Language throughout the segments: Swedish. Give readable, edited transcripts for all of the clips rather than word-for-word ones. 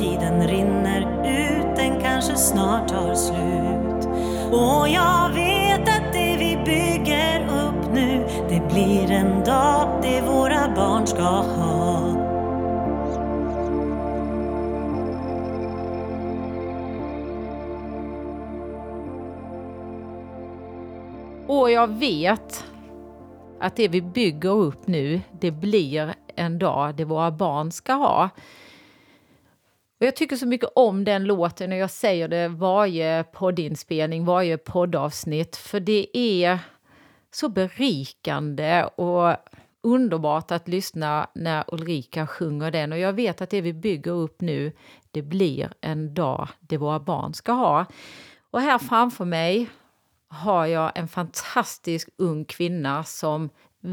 tiden rinner ut, den kanske snart tar slut. Och jag vet att det vi bygger upp nu, det blir en dag det våra barn ska ha. Och jag vet att det vi bygger upp nu, det blir en dag det våra barn ska ha. Och jag tycker så mycket om den låten och jag säger det varje poddinspelning, varje poddavsnitt. För det är så berikande och underbart att lyssna när Ulrika sjunger den. Och jag vet att det vi bygger upp nu, det blir en dag det våra barn ska ha. Och här framför mig har jag en fantastisk ung kvinna som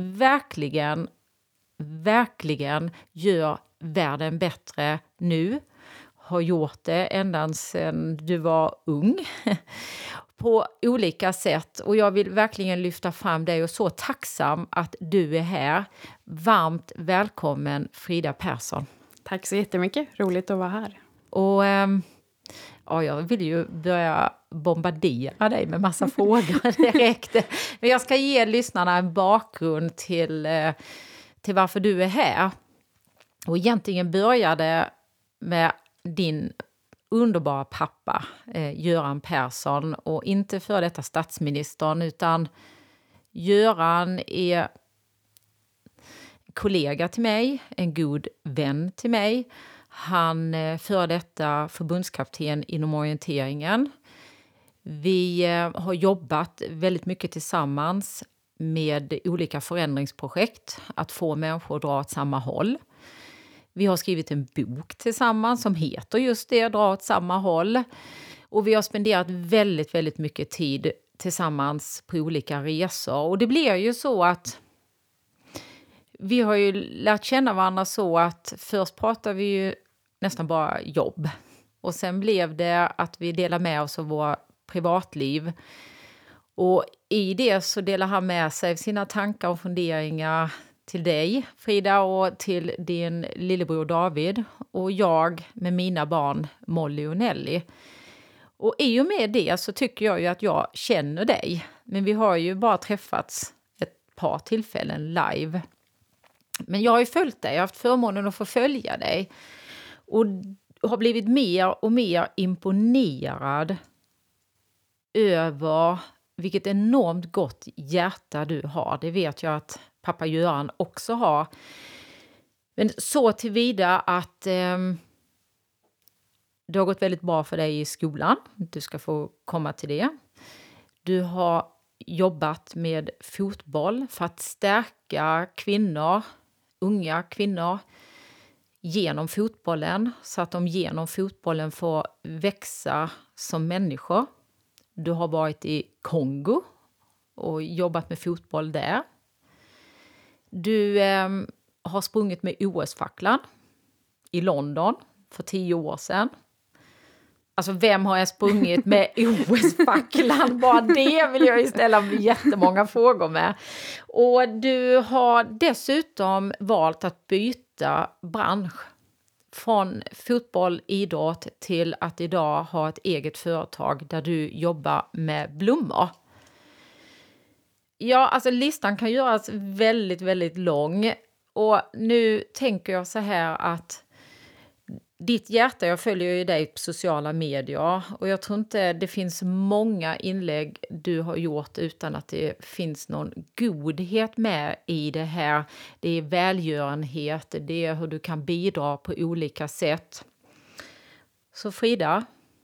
verkligen gör världen bättre nu. Har gjort det ända sedan du var ung på olika sätt. Och jag vill verkligen lyfta fram dig och så tacksam att du är här. Varmt välkommen Frida Persson. Tack så jättemycket, roligt att vara här. Och jag vill ju börja bombardera dig med massa frågor direkt. Men jag ska ge lyssnarna en bakgrund till varför du är här. Och egentligen började med din underbara pappa, Göran Persson. Och inte för detta statsministern, utan Göran är kollega till mig, en god vän till mig. Han för detta förbundskapten inom orienteringen. Vi har jobbat väldigt mycket tillsammans med olika förändringsprojekt. Att få människor att dra åt samma håll. Vi har skrivit en bok tillsammans som heter just det, Dra åt samma håll. Och vi har spenderat väldigt, väldigt mycket tid tillsammans på olika resor. Och det blir ju så att vi har ju lärt känna varandra så att först pratade vi ju nästan bara jobb. Och sen blev det att vi delar med oss av våra privatliv. Och i det så delar han med sig sina tankar och funderingar till dig, Frida, och till din lillebror David. Och jag med mina barn Molly och Nelly. Och i och med det så tycker jag ju att jag känner dig. Men vi har ju bara träffats ett par tillfällen live. Men jag har ju följt dig, jag har haft förmånen att få följa dig. Och har blivit mer och mer imponerad över vilket enormt gott hjärta du har. Det vet jag att pappa Göran också har. Men så tillvida att det har gått väldigt bra för dig i skolan. Du ska få komma till det. Du har jobbat med fotboll för att stärka kvinnor, unga kvinnor, genom fotbollen. Så att de genom fotbollen får växa som människor. Du har varit i Kongo och jobbat med fotboll där. Du har sprungit med OS-facklan i London för 10 år sedan. Alltså vem har jag sprungit med OS-facklan? Bara det vill jag ju ställa jättemånga frågor med. Och du har dessutom valt att byta bransch. Från fotboll, idrott till att idag ha ett eget företag där du jobbar med blommor. Ja, alltså listan kan göras väldigt, väldigt lång. Och nu tänker jag så här att ditt hjärta, jag följer ju dig på sociala medier. Och jag tror inte det finns många inlägg du har gjort utan att det finns någon godhet med i det här. Det är välgörenhet, det är hur du kan bidra på olika sätt. Så Frida,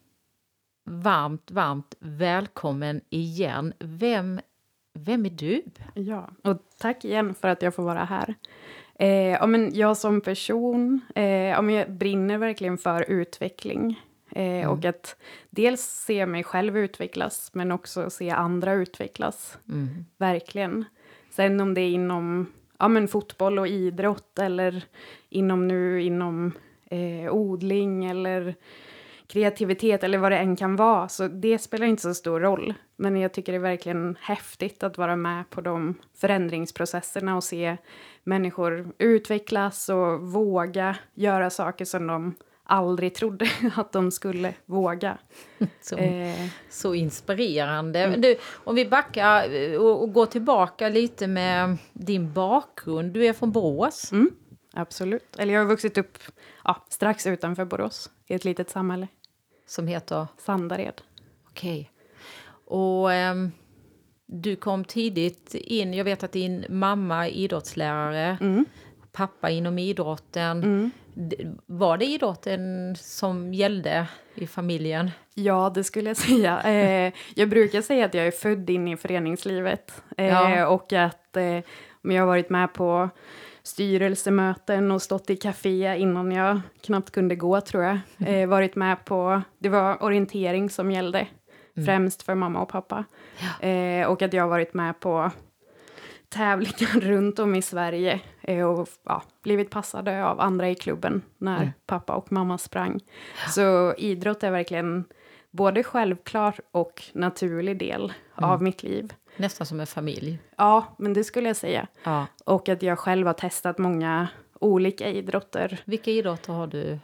varmt välkommen igen. Vem är du? Ja, och tack igen för att jag får vara här. Men jag som person, jag brinner verkligen för utveckling. Och att dels se mig själv utvecklas, men också se andra utvecklas. Verkligen. Sen om det är inom fotboll och idrott eller inom odling eller kreativitet eller vad det än kan vara. Så det spelar inte så stor roll. Men jag tycker det är verkligen häftigt att vara med på de förändringsprocesserna och se människor utvecklas och våga göra saker som de aldrig trodde att de skulle våga. Så inspirerande. Du, om vi backar och går tillbaka lite med din bakgrund. Du är från Borås. Absolut. Eller jag har vuxit upp strax utanför Borås, i ett litet samhälle. Som heter? Sandared. Okej. Och du kom tidigt in, jag vet att din mamma är idrottslärare, pappa inom idrotten. Var det idrotten som gällde i familjen? Ja, det skulle jag säga. Jag brukar säga att jag är född in i föreningslivet. Och att jag har varit med på styrelsemöten och stått i café innan jag knappt kunde gå, tror jag. Varit med på, det var orientering som gällde, främst för mamma och pappa. Och att jag har varit med på tävlingar runt om i Sverige och blivit passade av andra i klubben när pappa och mamma sprang. Så idrott är verkligen både självklar och naturlig del av mitt liv. Nästan som en familj. Ja, men det skulle jag säga. Ja. Och att jag själv har testat många olika idrotter. Vilka idrotter har du?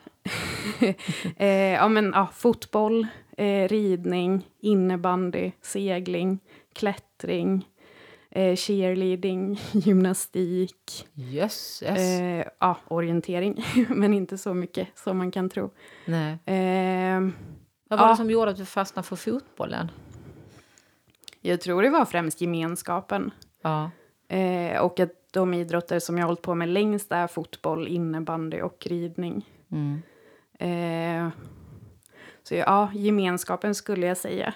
Fotboll, ridning, innebandy, segling, klättring, cheerleading, gymnastik. Yes. Orientering, men inte så mycket som man kan tro. Nej. Vad var det som gjorde att du fastnade för fotbollen? Jag tror det var främst gemenskapen. Ja. Och att de idrotter som jag har hållit på med längst är fotboll, innebandy och ridning. Så gemenskapen skulle jag säga.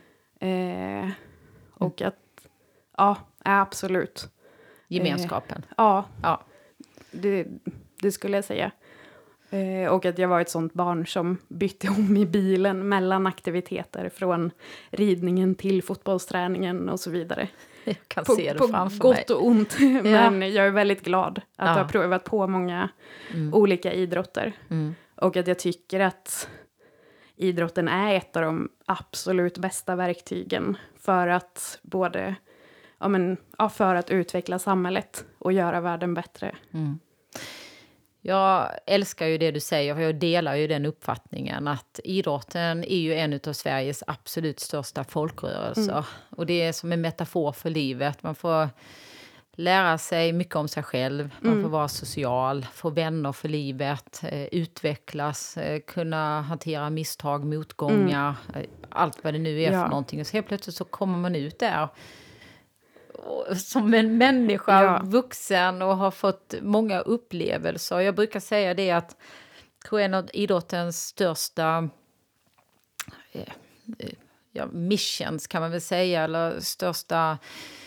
Och att, absolut. Gemenskapen? Ja. Det skulle jag säga. Och att jag var ett sånt barn som bytte om i bilen mellan aktiviteter, från ridningen till fotbollsträningen och så vidare. Jag kan se det framför mig. På gott och ont. Men jag är väldigt glad att jag har provat på många olika idrotter. Och att jag tycker att idrotten är ett av de absolut bästa verktygen för att för att utveckla samhället och göra världen bättre. Jag älskar ju det du säger, för jag delar ju den uppfattningen att idrotten är ju en av Sveriges absolut största folkrörelser. Och det är som en metafor för livet. Man får lära sig mycket om sig själv, man får vara social, få vänner för livet, utvecklas, kunna hantera misstag, motgångar, allt vad det nu är för någonting. Och så helt plötsligt så kommer man ut där som en människa, vuxen, och har fått många upplevelser. Jag brukar säga det att en av idrottens största missions, kan man väl säga, eller största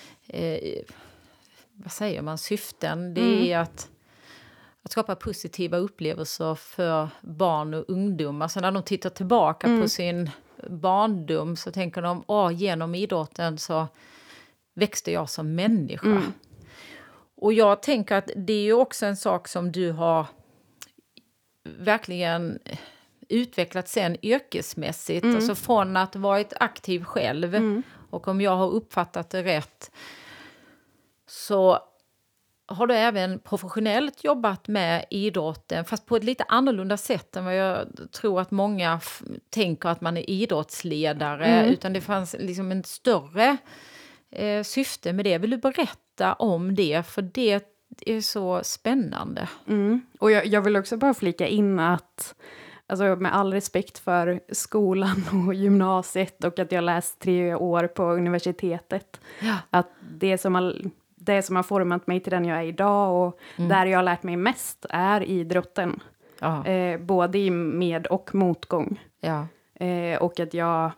vad säger man, syften, det är att skapa positiva upplevelser för barn och ungdomar. Så när de tittar tillbaka på sin barndom så tänker de, genom idrotten så växte jag som människa. Och jag tänker att det är ju också en sak som du har verkligen utvecklat sen yrkesmässigt. Alltså från att vara ett aktiv själv. Och om jag har uppfattat det rätt så har du även professionellt jobbat med idrotten, fast på ett lite annorlunda sätt än vad jag tror att många tänker att man är idrottsledare. Utan det fanns liksom en större syfte med det. Vill du berätta om det? För det är så spännande. Och jag vill också bara flika in att, alltså med all respekt för skolan och gymnasiet och att jag läst 3 år på universitetet, att det som har format mig till den jag är idag och där jag har lärt mig mest är idrotten. Både i med- och motgång. Och att jag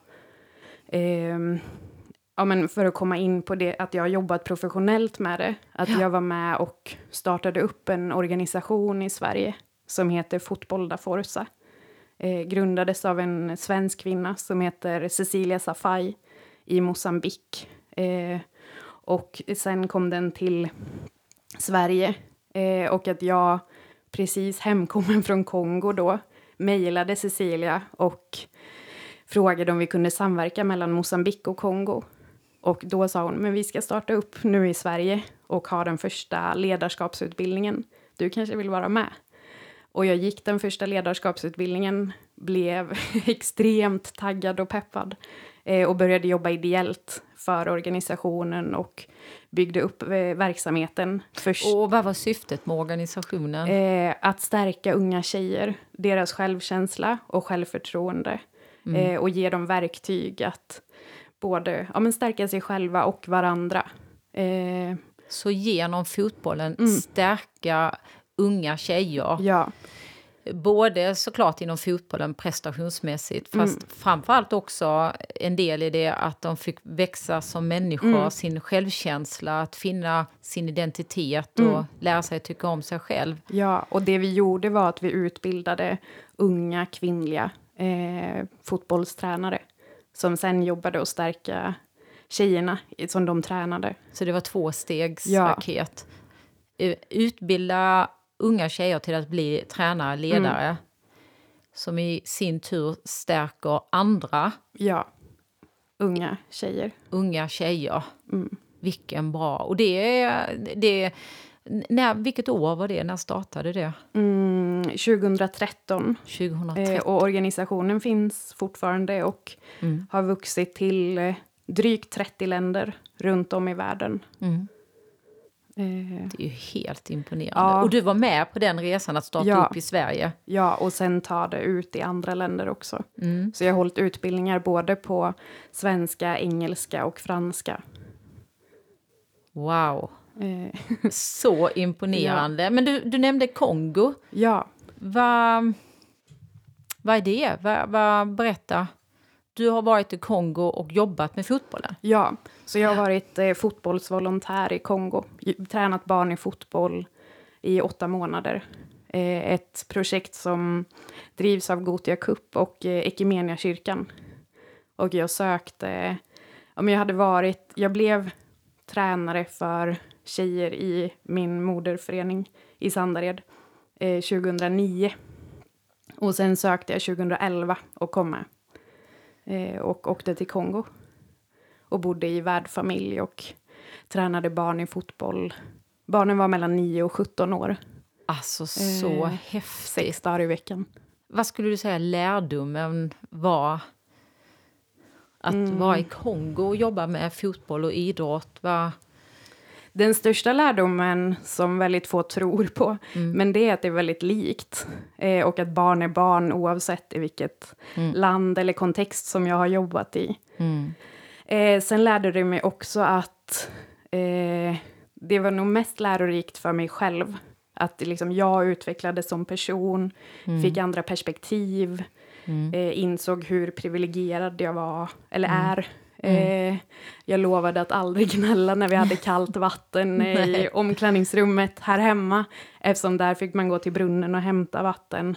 för att komma in på det, att jag har jobbat professionellt med det. Att jag var med och startade upp en organisation i Sverige som heter Fotboll da Forza. Grundades av en svensk kvinna som heter Cecilia Safai i Mosambik. Och sen kom den till Sverige. Och att jag precis hemkommen från Kongo då mejlade Cecilia och frågade om vi kunde samverka mellan Mosambik och Kongo. Och då sa hon, men vi ska starta upp nu i Sverige och ha den första ledarskapsutbildningen. Du kanske vill vara med? Och jag gick den första ledarskapsutbildningen, blev extremt taggad och peppad. Och började jobba ideellt för organisationen och byggde upp verksamheten. Och vad var syftet med organisationen? Att stärka unga tjejer, deras självkänsla och självförtroende. Och ge dem verktyg att både stärka sig själva och varandra. Så genom fotbollen stärka unga tjejer. Ja. Både såklart inom fotbollen prestationsmässigt, fast framförallt också en del i det att de fick växa som människor, sin självkänsla, att finna sin identitet och lära sig att tycka om sig själv. Ja, och det vi gjorde var att vi utbildade unga kvinnliga fotbollstränare som sen jobbade att stärka tjejerna som de tränade. Så det var 2-stegsraket. Ja. Utbilda unga tjejer till att bli tränare, ledare. Som i sin tur stärker andra. Ja, unga tjejer. Unga tjejer. Vilken bra. Och vilket år var det? När startade det? 2013. 2013. Och organisationen finns fortfarande och har vuxit till drygt 30 länder runt om i världen. Det är ju helt imponerande. Ja. Och du var med på den resan att starta upp i Sverige. Ja, och sen ta det ut i andra länder också. Så jag har hållit utbildningar både på svenska, engelska och franska. Wow. Så imponerande. Ja. Men du nämnde Kongo. Ja. Vad är det? Berätta. Du har varit i Kongo och jobbat med fotbollen. Ja, så jag har varit fotbollsvolontär i Kongo. Tränat barn i fotboll i 8 månader. Ett projekt som drivs av Gothia Cup och Ekumeniakyrkan. Och jag sökte... Jag blev tränare för tjejer i min moderförening i Sandared 2009. Och sen sökte jag 2011 och kom med. Och åkte till Kongo. Och bodde i värdfamilj och tränade barn i fotboll. Barnen var mellan 9 och 17 år. Alltså så häftigt. 6 dagar i veckan. Vad skulle du säga lärdomen var att vara i Kongo och jobba med fotboll och idrott? Den största lärdomen som väldigt få tror på, men det är att det är väldigt likt. Och att barn är barn oavsett i vilket land eller kontext som jag har jobbat i. Sen lärde det mig också att det var nog mest lärorikt för mig själv. Att liksom jag utvecklades som person, fick andra perspektiv, insåg hur privilegierad jag var, eller är. Jag lovade att aldrig gnälla när vi hade kallt vatten i omklädningsrummet här hemma. Eftersom där fick man gå till brunnen och hämta vatten.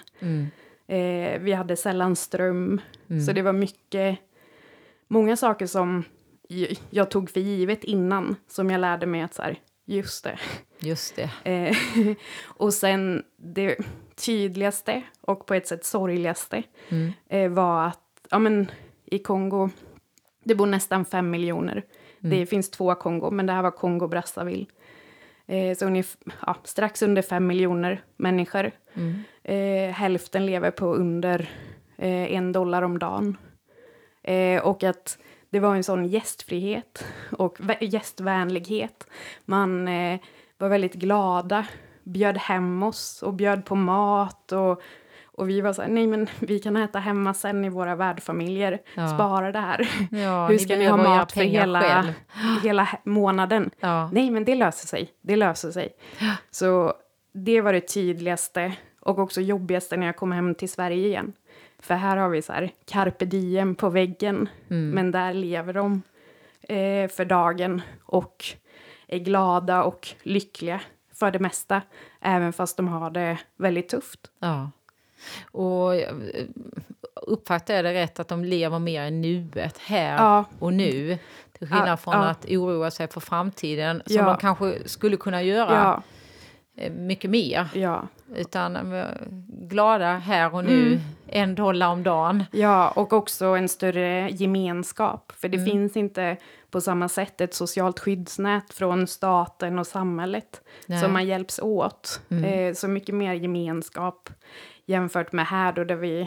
Vi hade sällan ström. Så det var många saker som jag tog för givet innan. Som jag lärde mig att så här, just det. Och sen det tydligaste och på ett sätt sorgligaste var att i Kongo... Det bor nästan 5 miljoner. Det finns 2 Kongo, men det här var Kongo-Brazzaville. Så strax under 5 miljoner människor. Hälften lever på under $1 om dagen. Och att det var en sån gästfrihet och gästvänlighet. Man var väldigt glada, bjöd hem oss och bjöd på mat och vi var så här, nej men vi kan äta hemma sen i våra värdfamiljer. Ja. Spara det här. Ja, hur ska ni ha mat för hela månaden? Ja. Nej men det löser sig. Ja. Så det var det tydligaste och också jobbigaste när jag kom hem till Sverige igen. För här har vi så här carpe diem på väggen. Men där lever de för dagen och är glada och lyckliga för det mesta. Även fast de har det väldigt tufft. Ja. Och uppfattar jag det rätt att de lever mer i nuet här och nu till skillnad från att oroa sig för framtiden som de kanske skulle kunna göra mycket mer. Ja. Utan glada här och nu, $1 om dagen. Ja, och också en större gemenskap. För det finns inte på samma sätt ett socialt skyddsnät från staten och samhället. Som man hjälps åt. Så mycket mer gemenskap jämfört med här då, där vi,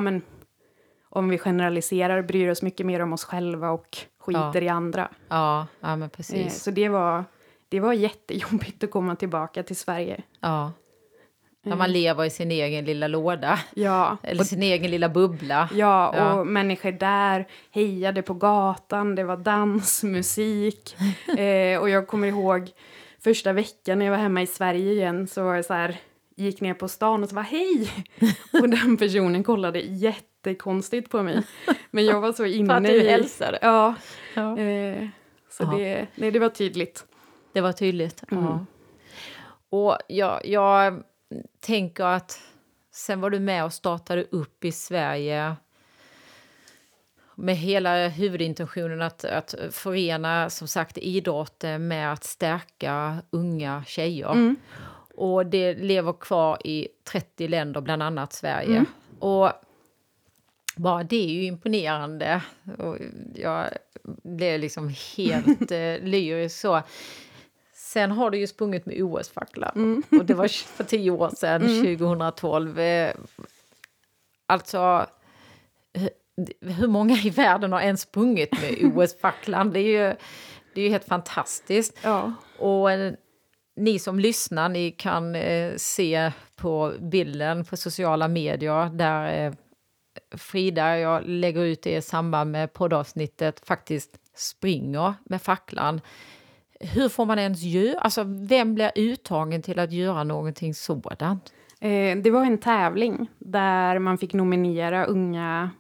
om vi generaliserar, bryr oss mycket mer om oss själva och skiter i andra. Ja, men precis. Så det var jättejobbigt att komma tillbaka till Sverige. Ja. När man lever i sin egen lilla låda. Ja. Eller sin egen lilla bubbla. Ja, och människor där hejade på gatan. Det var dans, musik. Och jag kommer ihåg första veckan när jag var hemma i Sverige igen. Så var jag så här, gick ner på stan och så var hej. Och den personen kollade jättekonstigt på mig. Men jag var så inne för att du hälsade. Ja. Ja. Det var tydligt. Det var tydligt, ja. Och jag tänker att sen var du med och startade upp i Sverige med hela huvudintentionen att förena, som sagt, idrotten med att stärka unga tjejer. Och det lever kvar i 30 länder, bland annat Sverige. Och bara det är ju imponerande. Och jag blev liksom helt lyrisk så. Sen har du ju sprungit med OS-facklan. Och det var för 10 år sedan, 2012. Alltså, hur många i världen har ens sprungit med OS-facklan? Det är ju helt fantastiskt. Ja. Och ni som lyssnar, ni kan se på bilden på sociala medier där Frida, jag lägger ut det i samband med poddavsnittet, faktiskt springer med facklan. Hur får man ens göra? Alltså, vem blir uttagen till att göra någonting sådant? Det var en tävling där man fick nominera unga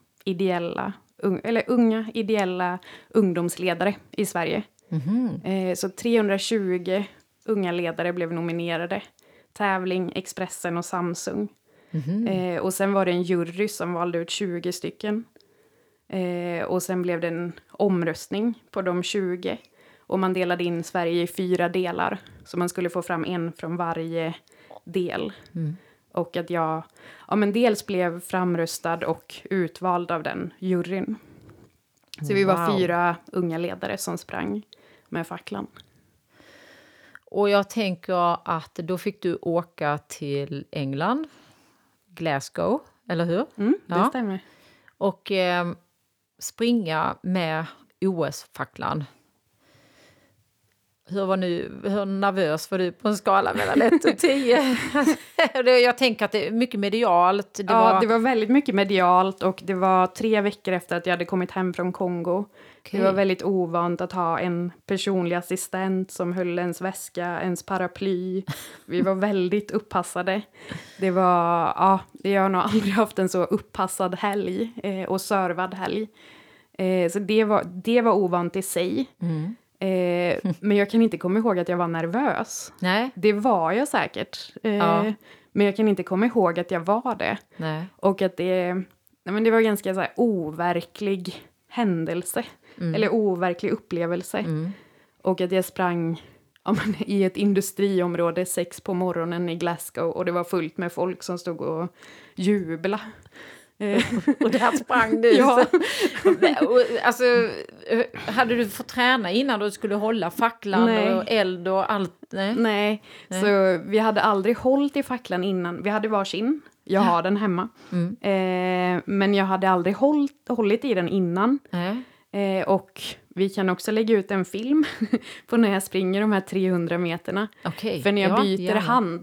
ideella ungdomsledare i Sverige. Så 320 unga ledare blev nominerade. Tävling, Expressen och Samsung. Och sen var det en jury som valde ut 20 stycken. Och sen blev det en omröstning på de 20. Och man delade in Sverige i 4 delar. Så man skulle få fram en från varje del. Och att jag dels blev framröstad och utvald av den juryn. Så vi var 4 unga ledare som sprang med facklan. Och jag tänker att då fick du åka till England, Glasgow, eller hur? Det stämmer. Och springa med OS-facklan. Hur nervös var du på en skala mellan 1 och 10? Jag tänker att det är mycket medialt. Det var väldigt mycket medialt och det var 3 veckor efter att jag hade kommit hem från Kongo. Okay. Det var väldigt ovant att ha en personlig assistent som höll ens väska, ens paraply. Vi var väldigt uppassade. Jag har nog aldrig haft en så uppassad helg och servad helg. Så det var ovant i sig. Men jag kan inte komma ihåg att jag var nervös. Nej. Det var jag säkert. Men jag kan inte komma ihåg att jag var det. Nej. Och att det var ganska så här overklig händelse. Eller overklig upplevelse. Och att jag sprang i ett industriområde 6 på morgonen i Glasgow. Och det var fullt med folk som stod och jublade. Och där sprang du. Ja. Alltså, hade du fått träna innan du skulle hålla facklan och eld och allt? Nej. Så vi hade aldrig hållit i facklan innan. Vi hade varsin. Jag har den hemma. Men jag hade aldrig hållit i den innan. Och vi kan också lägga ut en film på när jag springer de här 300 meterna. Okay. För när jag byter hand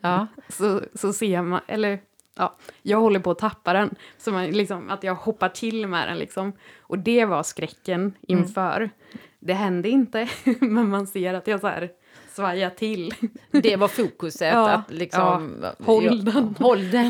så ser man, jag håller på att tappa den. Så man, liksom, att jag hoppar till med den. Liksom. Och det var skräcken inför. Det hände inte, men man ser att jag så här svajar till. Det var fokuset. Att liksom, håll den.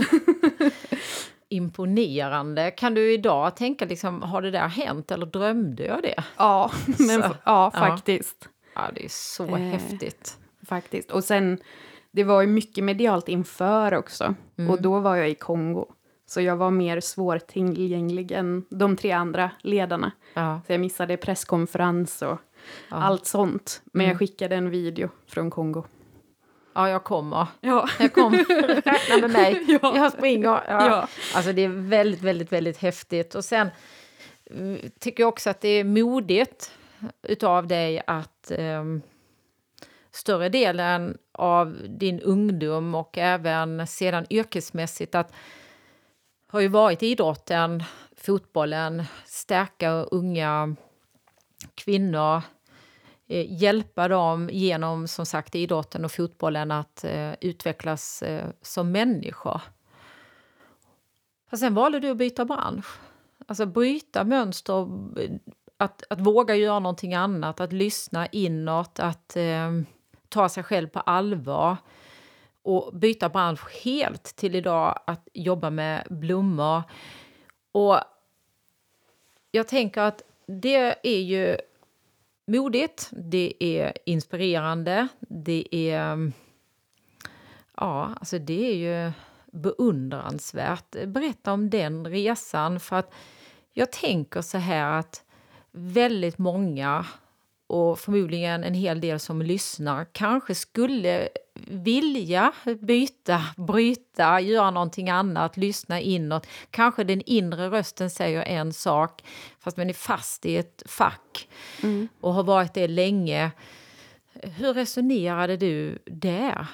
Imponerande. Kan du idag tänka, liksom, har det där hänt eller drömde jag det? Ja, faktiskt. Ja, det är så häftigt. Faktiskt. Och sen, det var ju mycket medialt inför också. Och då var jag i Kongo. Så jag var mer svårtillgänglig än de 3 andra ledarna. Ja. Så jag missade presskonferens och allt sånt. Men jag skickade en video från Kongo. Ja, jag kommer. Ja. Jag kommer. Räkna med mig. Ja. Jag springer. Ja. Ja. Alltså det är väldigt, väldigt, väldigt häftigt. Och sen tycker jag också att det är modigt utav dig att större delen av din ungdom och även sedan yrkesmässigt att har ju varit idrotten, fotbollen, stärka unga kvinnor, hjälpa dem genom som sagt idrotten och fotbollen att utvecklas som människor. Och sen valde du att byta bransch. Alltså bryta mönster, att våga göra någonting annat, att lyssna inåt, att ta sig själv på allvar och byta bransch helt till idag att jobba med blommor. Och jag tänker att det är ju modigt, det är inspirerande, det är alltså det är ju beundransvärt. Berätta om den resan, för att jag tänker så här att väldigt många och förmodligen en hel del som lyssnar kanske skulle vilja bryta, göra någonting annat, lyssna inåt. Kanske den inre rösten säger en sak fast man är fast i ett fack och har varit det länge. Hur resonerade du där?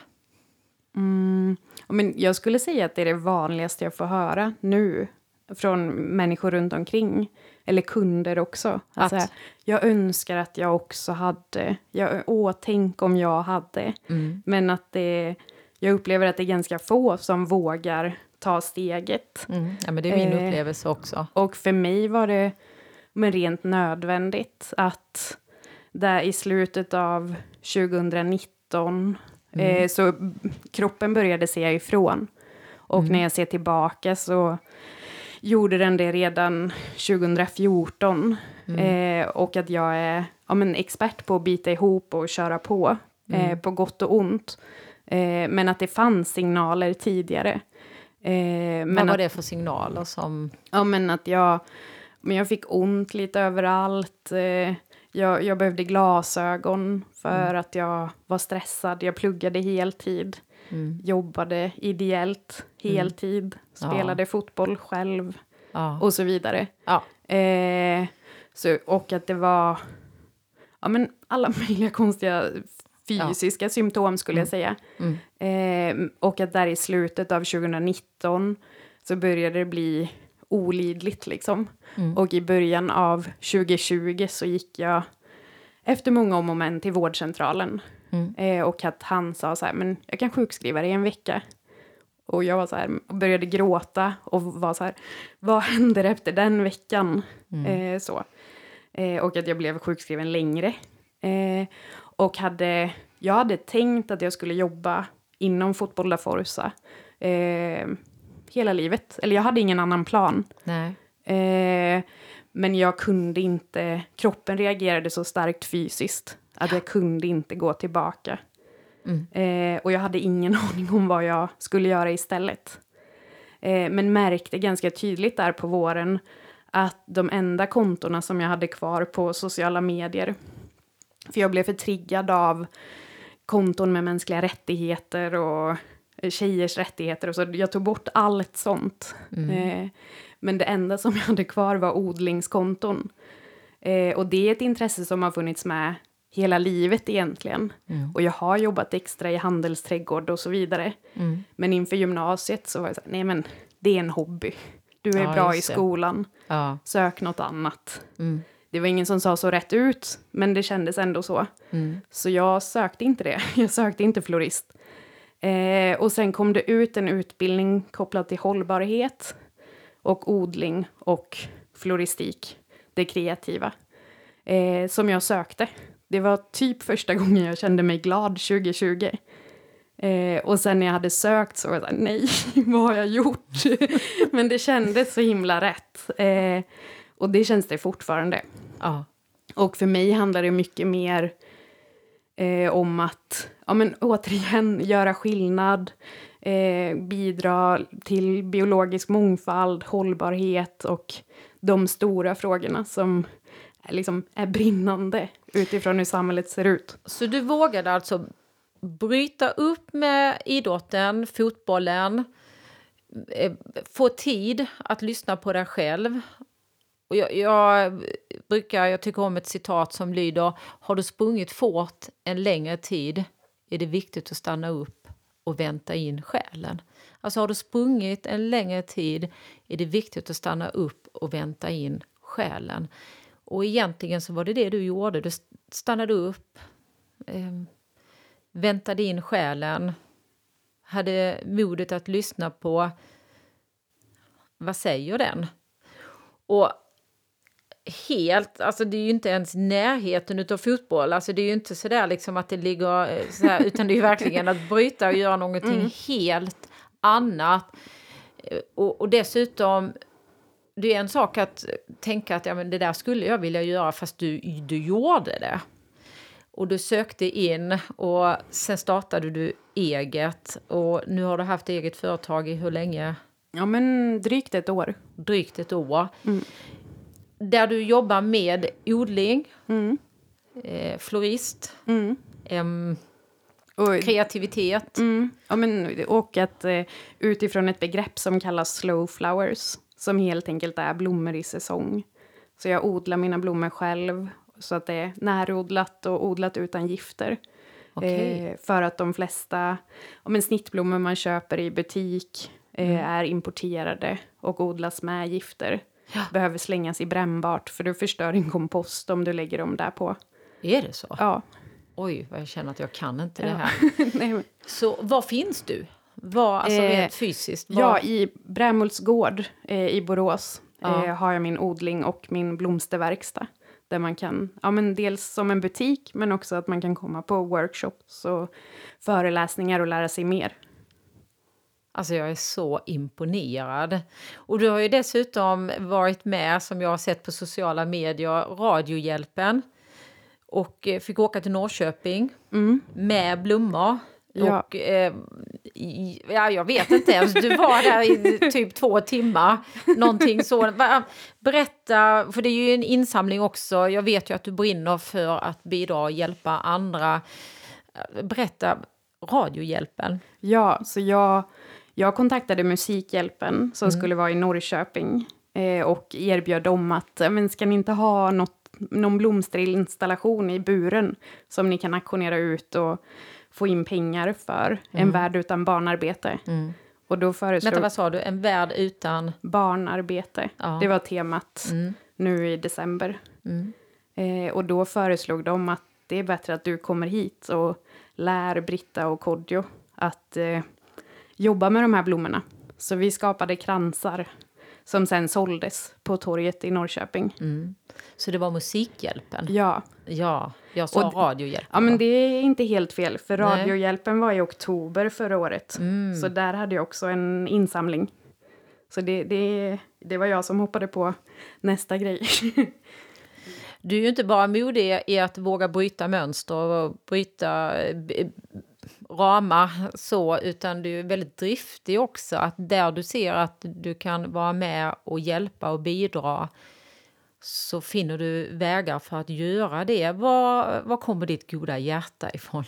Men jag skulle säga att det är det vanligaste jag får höra nu från människor runt omkring. Eller kunder också. Alltså, jag önskar att jag också hade. Tänk om jag hade. Men att jag upplever att det är ganska få som vågar ta steget. Ja, men det är min upplevelse också. Och för mig var det rent nödvändigt att där i slutet av 2019 så kroppen började se ifrån. Och när jag ser tillbaka så gjorde den det redan 2014. Och att jag är expert på att bita ihop och köra på. På gott och ont. Men att det fanns signaler tidigare. Vad var det för signaler som... Ja, men att jag fick ont lite överallt. Jag behövde glasögon för att jag var stressad. Jag pluggade heltid. Jobbade ideellt heltid. Spelade fotboll själv. Och så vidare. Och att det var alla möjliga konstiga fysiska symptom skulle jag säga. Och att där i slutet av 2019 så började det bli olidligt liksom. Och i början av 2020 så gick jag efter många om och men till vårdcentralen. Och att han sa så här, men jag kan sjukskriva dig en vecka. Och jag var så här, började gråta och var så här, vad händer efter den veckan? Och att jag blev sjukskriven längre. Och jag hade tänkt att jag skulle jobba inom Fotboll da Forza hela livet. Eller jag hade ingen annan plan. Nej. Men jag kunde inte, kroppen reagerade så starkt fysiskt att jag kunde inte gå tillbaka. Och jag hade ingen aning om vad jag skulle göra istället. Men märkte ganska tydligt där på våren att de enda kontorna som jag hade kvar på sociala medier, för jag blev för triggad av konton med mänskliga rättigheter och tjejers rättigheter och så. Jag tog bort allt sånt. Men det enda som jag hade kvar var odlingskonton. Och det är ett intresse som har funnits med hela livet egentligen. Och jag har jobbat extra i handelsträdgård och så vidare. Men inför gymnasiet så var jag så här, nej men det är en hobby. Du är bra i skolan. Sök något annat. Det var ingen som sa så rätt ut, men det kändes ändå så. Så jag sökte inte det. Jag sökte inte florist. Och sen kom det ut en utbildning kopplad till hållbarhet och odling och floristik, det kreativa, som jag sökte. Det var typ första gången jag kände mig glad 2020. Och sen när jag hade sökt så var jag så här, nej, vad har jag gjort? Men det kändes så himla rätt. Och det känns det fortfarande. Och för mig handlar det mycket mer om att återigen göra skillnad, bidra till biologisk mångfald, hållbarhet och de stora frågorna som är brinnande utifrån hur samhället ser ut. Så du vågade alltså bryta upp med idrotten, fotbollen, få tid att lyssna på dig själv. Och jag tycker om ett citat som lyder: har du sprungit fort en längre tid är det viktigt att stanna upp och vänta in själen. Alltså har du sprungit en längre tid är det viktigt att stanna upp och vänta in själen. Och egentligen så var det du gjorde. Du stannade upp, väntade in själen, hade modet att lyssna på vad säger den. Och alltså det är ju inte ens närheten utav fotboll. Alltså det är ju inte sådär liksom att det ligger så här, utan det är ju verkligen att bryta och göra någonting helt annat. Och dessutom, det är en sak att tänka att ja, men det där skulle jag vilja göra, fast du gjorde det. Och du sökte in och sen startade du eget. Och nu har du haft eget företag i hur länge? Ja, men drygt ett år. Drygt ett år. Där du jobbar med odling, florist, kreativitet. Ja, men, och att utifrån ett begrepp som kallas slow flowers, som helt enkelt är blommor i säsong. Så jag odlar mina blommor själv så att det är närodlat och odlat utan gifter. Okay. För att de flesta snittblommor man köper i butik är importerade och odlas med gifter. Ja. Behöver slängas i brännbart, för du förstör din kompost om du lägger dem där på. Är det så? Ja. Oj, vad jag känner att jag kan inte det här. Nej, men. Så var finns du? Alltså rent fysiskt? Ja, i Brämhults gård i Borås har jag min odling och min blomsterverkstad. Där man kan, dels som en butik, men också att man kan komma på workshops och föreläsningar och lära sig mer. Alltså jag är så imponerad. Och du har ju dessutom varit med, som jag har sett på sociala medier, Radiohjälpen. Och fick åka till Norrköping med blommor. Ja. Och jag vet inte ens, du var där i typ 2 timmar. Någonting så. Berätta, för det är ju en insamling också. Jag vet ju att du brinner för att bidra och hjälpa andra. Berätta, Radiohjälpen. Ja, så jag kontaktade Musikhjälpen som skulle vara i Norrköping och erbjöd dem att ska ni inte ha någon blomsterinstallation i buren som ni kan auktionera ut och få in pengar för en värld utan barnarbete. Och då föreslog... Vänta, vad sa du? En värld utan... barnarbete. Ja. Det var temat nu i december. Och då föreslog de att det är bättre att du kommer hit och lär Britta och Kodjo att jobba med de här blommorna. Så vi skapade kransar som sen såldes på torget i Norrköping. Så det var Musikhjälpen? Ja. Ja, jag sa Radiohjälpen. Ja, men det är inte helt fel. För Radiohjälpen var i oktober förra året. Så där hade jag också en insamling. Så det var jag som hoppade på nästa grej. Du är ju inte bara modig i att våga bryta mönster och bryta ramar så, utan du är väldigt driftig också. Att där du ser att du kan vara med och hjälpa och bidra, så finner du vägar för att göra det. Var kommer ditt goda hjärta ifrån?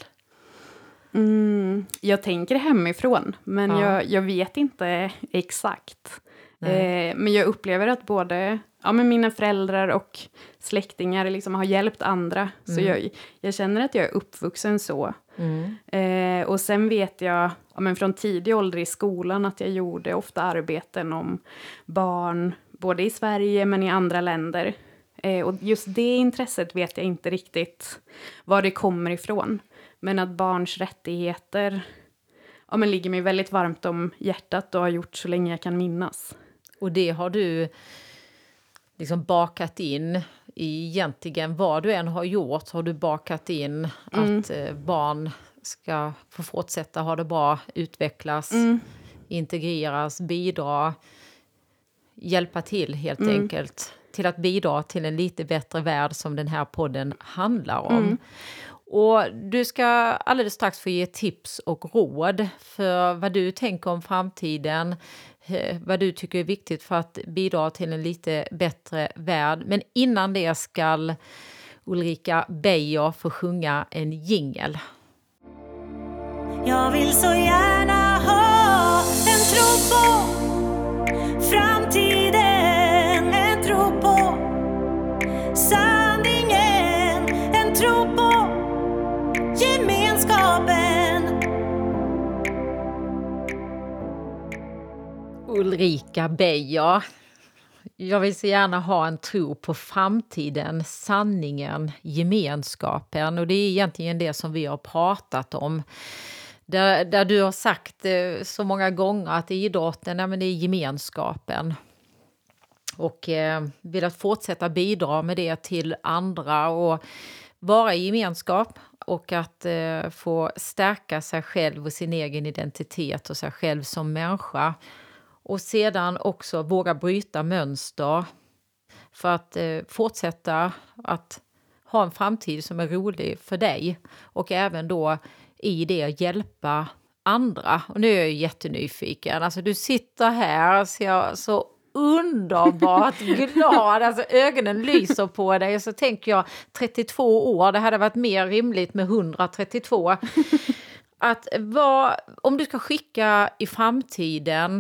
Jag tänker hemifrån, men jag vet inte exakt. Men jag upplever att både mina föräldrar och släktingar liksom har hjälpt andra. Så jag känner att jag är uppvuxen så. Och sen vet jag från tidig ålder i skolan att jag gjorde ofta arbeten om barn, både i Sverige men i andra länder. Och just det intresset vet jag inte riktigt var det kommer ifrån. Men att barns rättigheter ligger mig väldigt varmt om hjärtat och har gjort så länge jag kan minnas. Och det har du liksom bakat in i egentligen vad du än har gjort, har du bakat in att barn ska få fortsätta ha det bra, utvecklas, integreras, bidra, hjälpa till helt enkelt. Till att bidra till en lite bättre värld som den här podden handlar om. Och du ska alldeles strax få ge tips och råd för vad du tänker om framtiden, vad du tycker är viktigt för att bidra till en lite bättre värld. Men innan det ska Ulrika Beijer få sjunga en jingle. Jag vill så gärna ha en tro på framtiden, en tro på sanningen, en tro på gemenskapen. Ulrika Beijer. Jag vill så gärna ha en tro på framtiden, sanningen, gemenskapen. Och det är egentligen det som vi har pratat om. Där du har sagt så många gånger att idrotten, men det är gemenskapen. Och velat fortsätta bidra med det till andra och vara i gemenskap. Och att få stärka sig själv och sin egen identitet och sig själv som människa. Och sedan också våga bryta mönster för att fortsätta att ha en framtid som är rolig för dig. Och även då i det hjälpa andra. Och nu är jag jättenyfiken. Alltså du sitter här och ser så underbart glad. Alltså ögonen lyser på dig. Så tänker jag 32 år. Det hade varit mer rimligt med 132. Att om du ska skicka i framtiden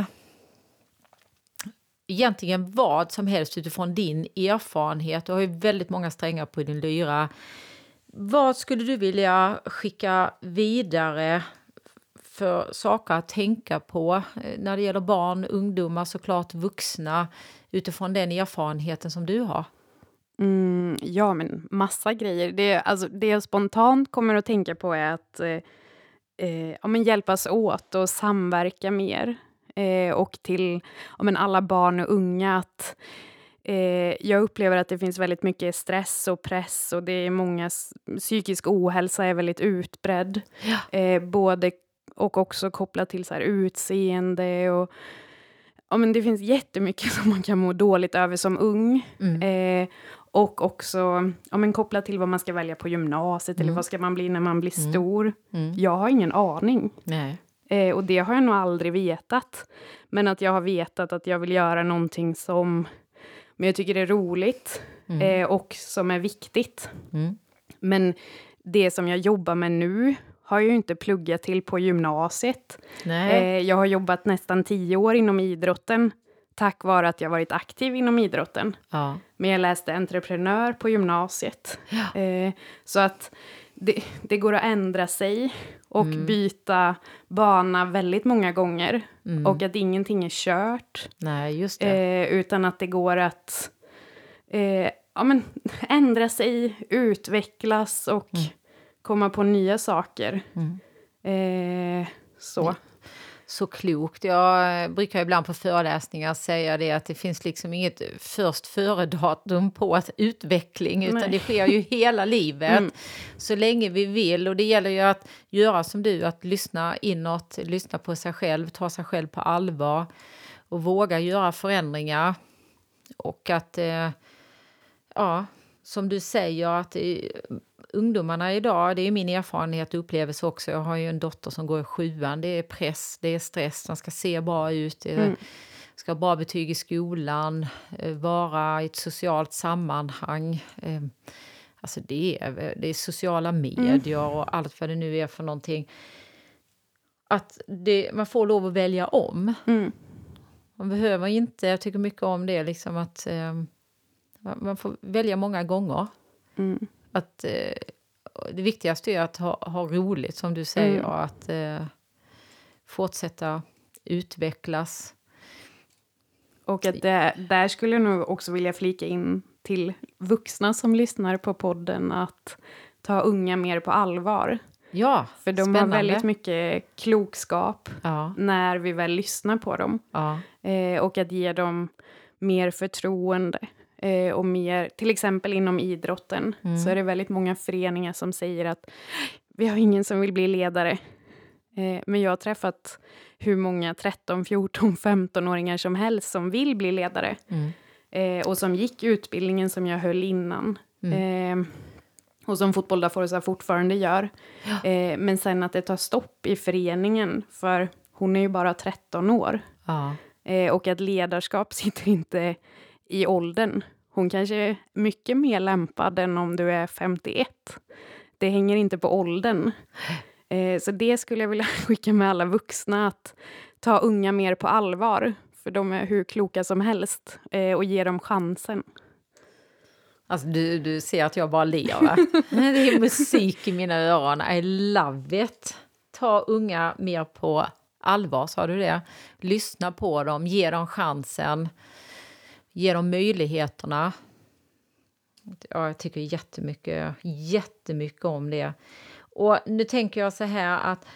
egentligen vad som helst utifrån din erfarenhet. Du har ju väldigt många strängar på din lyra. Vad skulle du vilja skicka vidare för saker att tänka på när det gäller barn, ungdomar, såklart vuxna utifrån den erfarenheten som du har? Ja, men massa grejer. Det jag spontant kommer att tänka på är att hjälpas åt och samverka mer. Och till alla barn och unga att jag upplever att det finns väldigt mycket stress och press och det är många psykisk ohälsa är väldigt utbredd. Ja. Både och också kopplat till så här utseende och det finns jättemycket som man kan må dåligt över som ung. Och också kopplat till vad man ska välja på gymnasiet eller vad ska man bli när man blir stor. Jag har ingen aning. Nej. Och det har jag nog aldrig vetat. Men att jag har vetat att jag vill göra någonting som jag tycker är roligt och som är viktigt. Men det som jag jobbar med nu har jag ju inte pluggat till på gymnasiet. Jag har jobbat nästan 10 år inom idrotten tack vare att jag varit aktiv inom idrotten. Ja. Men jag läste entreprenör på gymnasiet. Ja. Så att det går att ändra sig och byta bana väldigt många gånger. Och att ingenting är kört. Nej, just det. Utan att det går att ändra sig, utvecklas och komma på nya saker. Så klokt. Jag brukar ibland på föreläsningar säga det att det finns liksom inget först före-datum på utveckling utan det sker ju hela livet så länge vi vill och det gäller ju att göra som du, att lyssna inåt, lyssna på sig själv, ta sig själv på allvar och våga göra förändringar och att som du säger att ungdomarna idag, det är min erfarenhet och upplevelse också. Jag har ju en dotter som går i 7:an. Det är press, det är stress. De ska se bra ut. Ska ha bra betyg i skolan. Vara i ett socialt sammanhang. Alltså det är sociala medier och allt vad det nu är för någonting. Att man får lov att välja om. Man behöver inte, jag tycker mycket om det, liksom att man får välja många gånger. Att det viktigaste är att ha roligt som du säger och att fortsätta utvecklas. Och att där skulle jag nog också vilja flika in till vuxna som lyssnar på podden att ta unga mer på allvar. Ja, för de har väldigt mycket klokskap när vi väl lyssnar på dem. Ja. Och att ge dem mer förtroende. Och mer, till exempel inom idrotten så är det väldigt många föreningar som säger att vi har ingen som vill bli ledare. Men jag har träffat hur många 13, 14, 15-åringar som helst som vill bli ledare. Och som gick utbildningen som jag höll innan. Och som Fotboll da Forza fortfarande gör. Ja. Men sen att det tar stopp i föreningen för hon är ju bara 13 år. Ja. Och att ledarskap sitter inte i åldern. Hon kanske är mycket mer lämpad än om du är 51. Det hänger inte på åldern. Så det skulle jag vilja skicka med alla vuxna, att ta unga mer på allvar. För de är hur kloka som helst, och ge dem chansen. Alltså du ser att jag bara ler, va? Det är musik i mina öron. I love it. Ta unga mer på allvar, sa du det? Lyssna på dem, ge dem chansen. Ge dem möjligheterna. Ja, jag tycker jättemycket om det. Och nu tänker jag så här att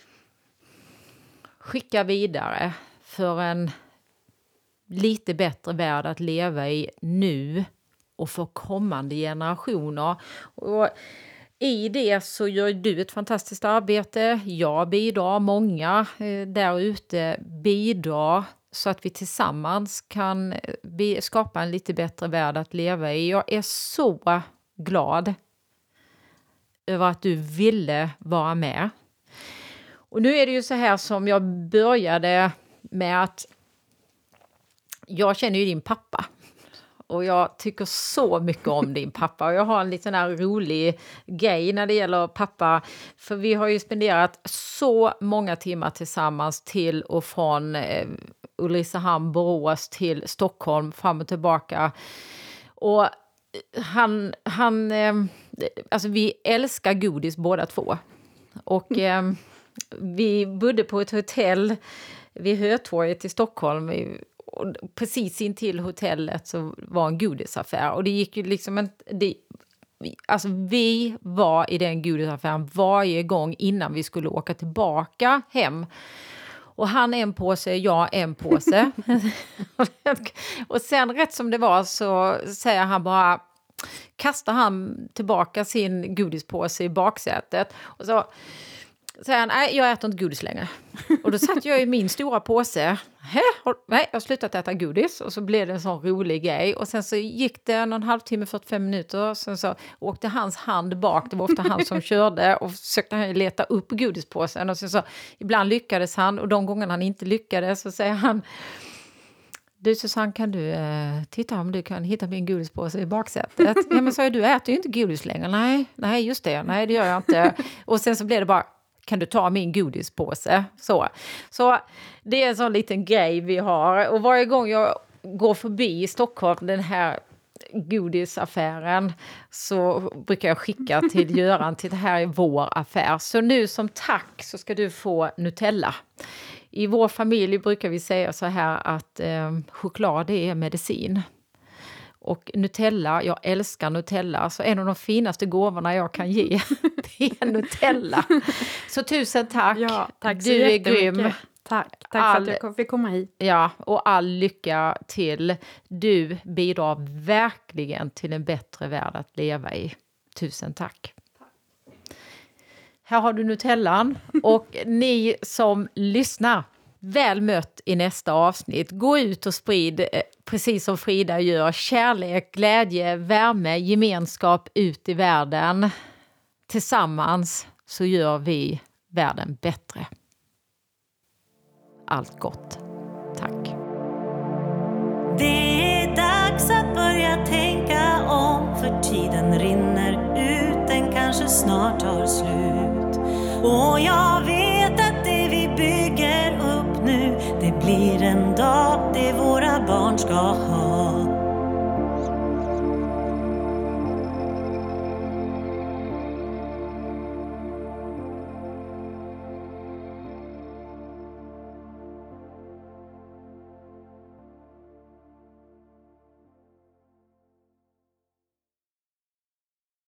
skicka vidare för en lite bättre värld att leva i nu och för kommande generationer. Och i det så gör du ett fantastiskt arbete. Jag bidrar, många där ute bidrar så att vi tillsammans kan skapa en lite bättre värld att leva i. Jag är så glad över att du ville vara med. Och nu är det ju så här som jag började med, att jag känner ju din pappa. Och jag tycker så mycket om din pappa. Och jag har en liten här rolig grej när det gäller pappa. För vi har ju spenderat så många timmar tillsammans till och från Ulricehamn, Borås till Stockholm, fram och tillbaka. Och alltså vi älskar godis båda två. Och vi bodde på ett hotell vid Hötorget i Stockholm. Och precis in till hotellet så var en godisaffär. Och det gick ju liksom inte... Alltså vi var i den godisaffären varje gång innan vi skulle åka tillbaka hem. Och han en påse, jag en påse. Och sen rätt som det var så säger han bara... Kastar han tillbaka sin godispåse i baksätet. Och så säger han, nej jag äter inte godis längre. Och då satt jag i min stora påse. Nej, jag har slutat äta godis. Och så blev det en sån rolig grej. Och sen så gick det en halvtimme, 45 minuter. Och sen så åkte hans hand bak. Det var ofta han som körde. Och försökte han leta upp godispåsen. Och sen så ibland lyckades han. Och de gångerna han inte lyckades så säger han... Du Susanne, kan du titta om du kan hitta min godispåse i baksätet? Ja men sa jag, du äter ju inte godis längre. Nej just det, nej det gör jag inte. Och sen så blev det bara, kan du ta min godispåse? Så det är en sån liten grej vi har. Och varje gång jag går förbi i Stockholm, den här godisaffären, så brukar jag skicka till Göran till det här är vår affär. Så nu som tack så ska du få Nutella. I vår familj brukar vi säga så här att choklad är medicin. Och Nutella, jag älskar Nutella. Så en av de finaste gåvorna jag kan ge, det är Nutella. Så tusen tack. Ja, tack så du är grym. Tack för att jag fick komma hit. Ja, och all lycka till. Du bidrar verkligen till en bättre värld att leva i. Tusen tack. Här har du Nutellan. Och ni som lyssnar, väl mött i nästa avsnitt. Gå ut och sprid, precis som Frida gör, kärlek, glädje, värme, gemenskap ut i världen. Tillsammans så gör vi världen bättre. Allt gott. Tack. Det är dags att börja tänka om, för tiden rinner ut, den kanske snart tar slut. Och jag vet att det vi bygger upp nu, det blir en dag det våra barn ska ha.